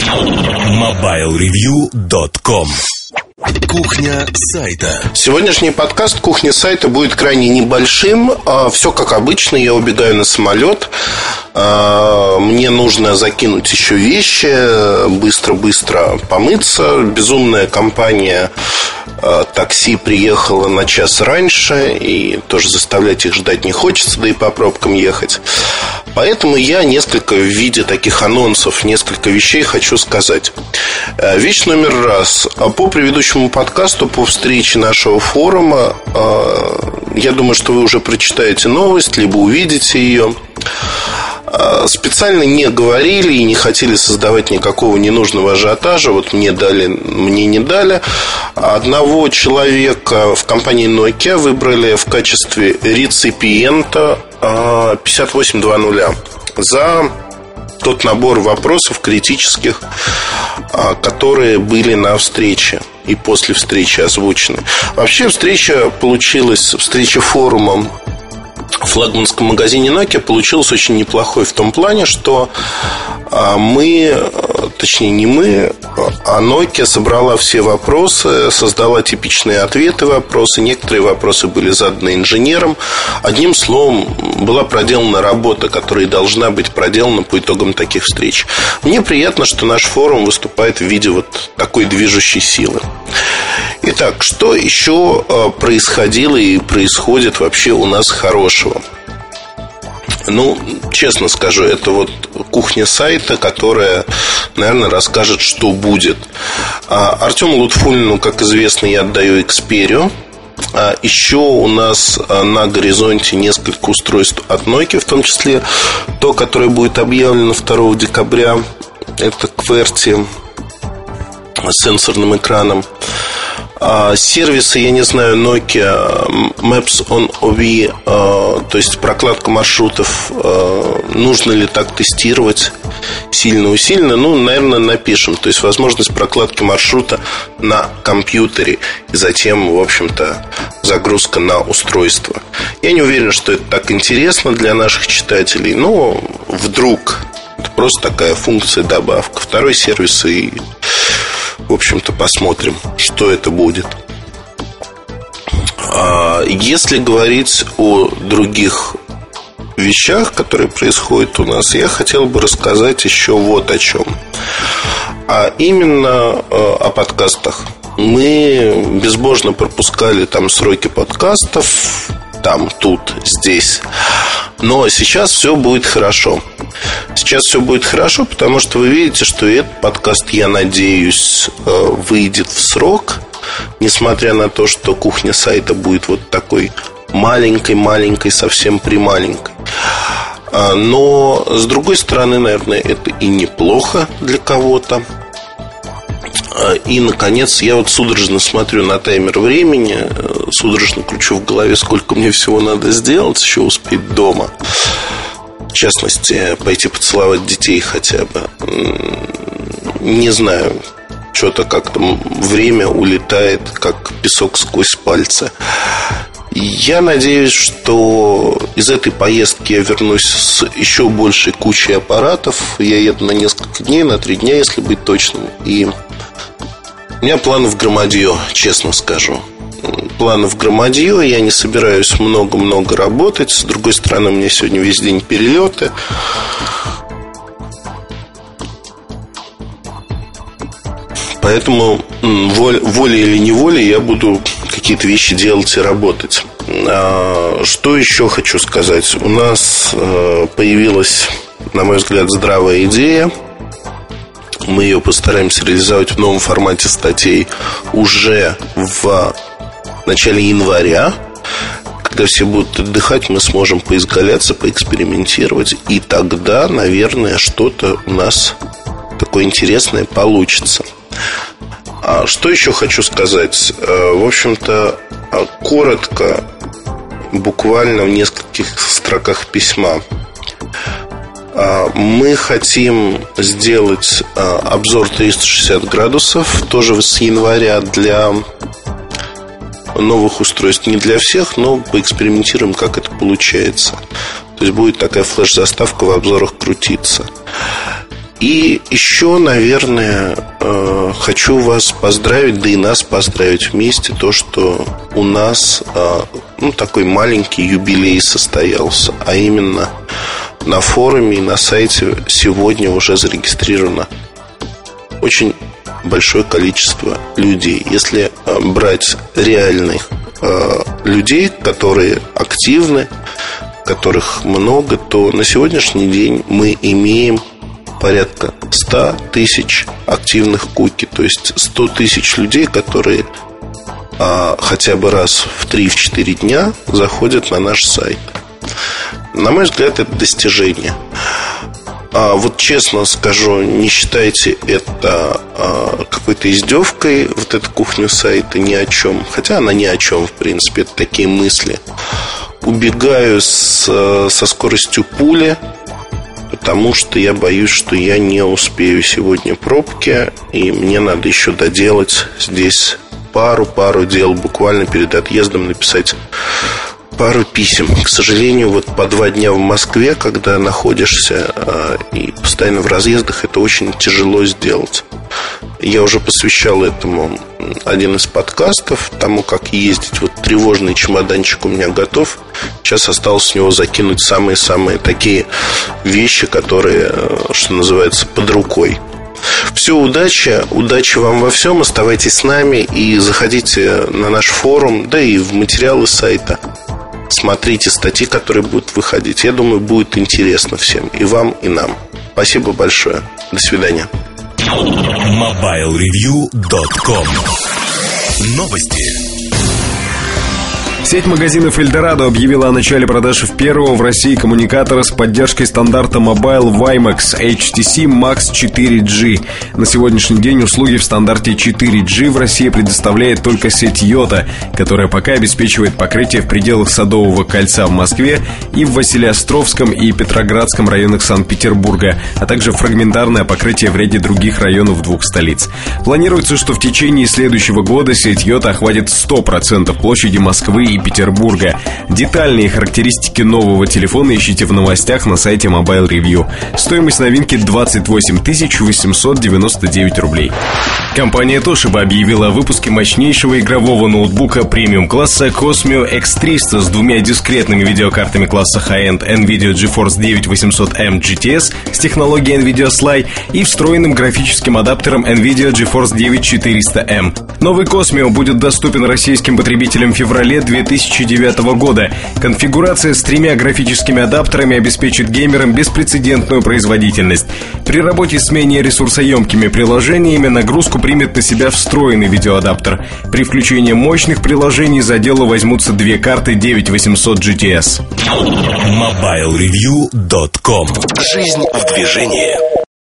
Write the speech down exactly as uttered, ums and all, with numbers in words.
мобайл ревью точка ком. Кухня сайта. Сегодняшний подкаст «Кухня сайта» будет крайне небольшим. Все как обычно, я убегаю на самолет. Мне нужно закинуть еще вещи, быстро-быстро помыться. Безумная компания такси приехала на час раньше, и тоже заставлять их ждать не хочется, да и по пробкам ехать. Поэтому я несколько в виде таких анонсов, несколько вещей хочу сказать. Вещь номер раз. По предыдущему подкасту, по встрече нашего форума, я думаю, что вы уже прочитаете новость, либо увидите ее. Специально не говорили и не хотели создавать никакого ненужного ажиотажа. Вот мне дали, мне не дали. Одного человека в компании Nokia выбрали в качестве реципиента пятьдесят восемь двадцать за тот набор вопросов критических, которые были на встрече и после встречи озвучены. Вообще встреча получилась, встреча форума в флагманском магазине Nokia получилось очень неплохой в том плане, что мы, точнее не мы, а Nokia собрала все вопросы, создала типичные ответы вопросы. Некоторые вопросы были заданы инженером. Одним словом, была проделана работа, которая должна быть проделана по итогам таких встреч. Мне приятно, что наш форум выступает в виде вот такой движущей силы. Итак, что еще происходило и происходит вообще у нас хорошего? Ну, честно скажу, это вот кухня сайта, которая, наверное, расскажет, что будет. Артему Лутфуллину, как известно, я отдаю Xperia. Еще у нас на горизонте несколько устройств от Nokia, в том числе то, которое будет объявлено второго декабря. Это QWERTY с сенсорным экраном. Сервисы, я не знаю, Nokia Maps on о ви, то есть прокладка маршрутов, нужно ли так тестировать сильно-усиленно? Ну, наверное, напишем. То есть возможность прокладки маршрута на компьютере и затем, в общем-то, загрузка на устройство. Я не уверен, что это так интересно для наших читателей, но вдруг это просто такая функция, добавка. Второй сервис, и в общем-то, посмотрим, что это будет. Если говорить о других вещах, которые происходят у нас, я хотел бы рассказать еще вот о чем. А именно о подкастах. Мы безбожно пропускали там сроки подкастов, там, тут, здесь. Но сейчас все будет хорошо. Сейчас все будет хорошо, потому что вы видите, что этот подкаст, я надеюсь, выйдет в срок. Несмотря на то, что кухня сайта будет вот такой маленькой-маленькой, совсем прималенькой. Но, с другой стороны, наверное, это и неплохо для кого-то. И, наконец, я вот судорожно смотрю на таймер времени, судорожно кручу в голове, сколько мне всего надо сделать, еще успеть дома. В частности, пойти поцеловать детей хотя бы. Не знаю, что-то как-то время улетает, как песок сквозь пальцы. Я надеюсь, что из этой поездки я вернусь с еще большей кучей аппаратов. Я еду на несколько дней, на три дня, если быть точным. И у меня планы в громадье, честно скажу. Планы в громадье. Я не собираюсь много-много работать. С другой стороны, у меня сегодня весь день перелеты. Поэтому волей или неволей я буду какие-то вещи делать и работать. Что еще хочу сказать? У нас появилась, на мой взгляд, здравая идея. Мы ее постараемся реализовать в новом формате статей уже в начале января. Когда все будут отдыхать, мы сможем поизгаляться, поэкспериментировать. И тогда, наверное, что-то у нас такое интересное получится. А что еще хочу сказать? В общем-то, коротко, буквально в нескольких строках письма. Мы хотим сделать обзор триста шестьдесят градусов тоже с января для новых устройств. Не для всех, но поэкспериментируем, как это получается. То есть будет такая флеш-заставка в обзорах крутиться. И еще, наверное, хочу вас поздравить, да и нас поздравить вместе, то, что у нас ну, такой маленький юбилей состоялся, а именно на форуме и на сайте сегодня уже зарегистрировано очень большое количество людей. Если брать реальных людей, которые активны, которых много, то на сегодняшний день мы имеем порядка сто тысяч активных куки. То есть сто тысяч людей, которые а, хотя бы раз в три-четыре дня заходят на наш сайт. На мой взгляд, это достижение. А вот честно скажу, не считайте это а, какой-то издевкой. Вот эта кухня сайта ни о чем. Хотя она ни о чем, в принципе. Это такие мысли. Убегаю с, со скоростью пули, потому что я боюсь, что я не успею сегодня пробки, и мне надо еще доделать здесь пару-пару дел. Буквально перед отъездом написать пару писем. К сожалению, вот по два дня в Москве, когда находишься э, и постоянно в разъездах, это очень тяжело сделать. Я уже посвящал этому один из подкастов, тому, как ездить. Вот тревожный чемоданчик у меня готов. Сейчас осталось с него закинуть самые-самые такие вещи, которые, что называется, под рукой. Все, удачи, удачи вам во всем. Оставайтесь с нами и заходите на наш форум, да и в материалы сайта. Смотрите статьи, которые будут выходить. Я думаю, будет интересно всем, и вам, и нам. Спасибо большое. До свидания. мобайл ревью точка ком. Новости. Сеть магазинов «Эльдорадо» объявила о начале продажи первого в России коммуникатора с поддержкой стандарта Mobile WiMAX эйч ти си макс четыре джи. На сегодняшний день услуги в стандарте четыре джи в России предоставляет только сеть Йота, которая пока обеспечивает покрытие в пределах Садового кольца в Москве и в Василеостровском и Петроградском районах Санкт-Петербурга, а также фрагментарное покрытие в ряде других районов двух столиц. Планируется, что в течение следующего года сеть Йота охватит сто процентов площади Москвы и Петербурга. Детальные характеристики нового телефона ищите в новостях на сайте Mobile Review. Стоимость новинки двадцать восемь тысяч восемьсот девяносто девять рублей. Компания Toshiba объявила о выпуске мощнейшего игрового ноутбука премиум-класса Cosmio икс триста с двумя дискретными видеокартами класса High-End NVIDIA GeForce девять восемьсот эм джи ти эс с технологией NVIDIA Sly и встроенным графическим адаптером NVIDIA GeForce девять четыреста эм. Новый Cosmio будет доступен российским потребителям в феврале две тысячи девятого года. Конфигурация с тремя графическими адаптерами обеспечит геймерам беспрецедентную производительность. При работе с менее ресурсоемкими приложениями нагрузку примет на себя встроенный видеоадаптер. При включении мощных приложений за дело возьмутся две карты девять восемьсот джи ти эс. мобайл ревью точка ком. Жизнь в движении.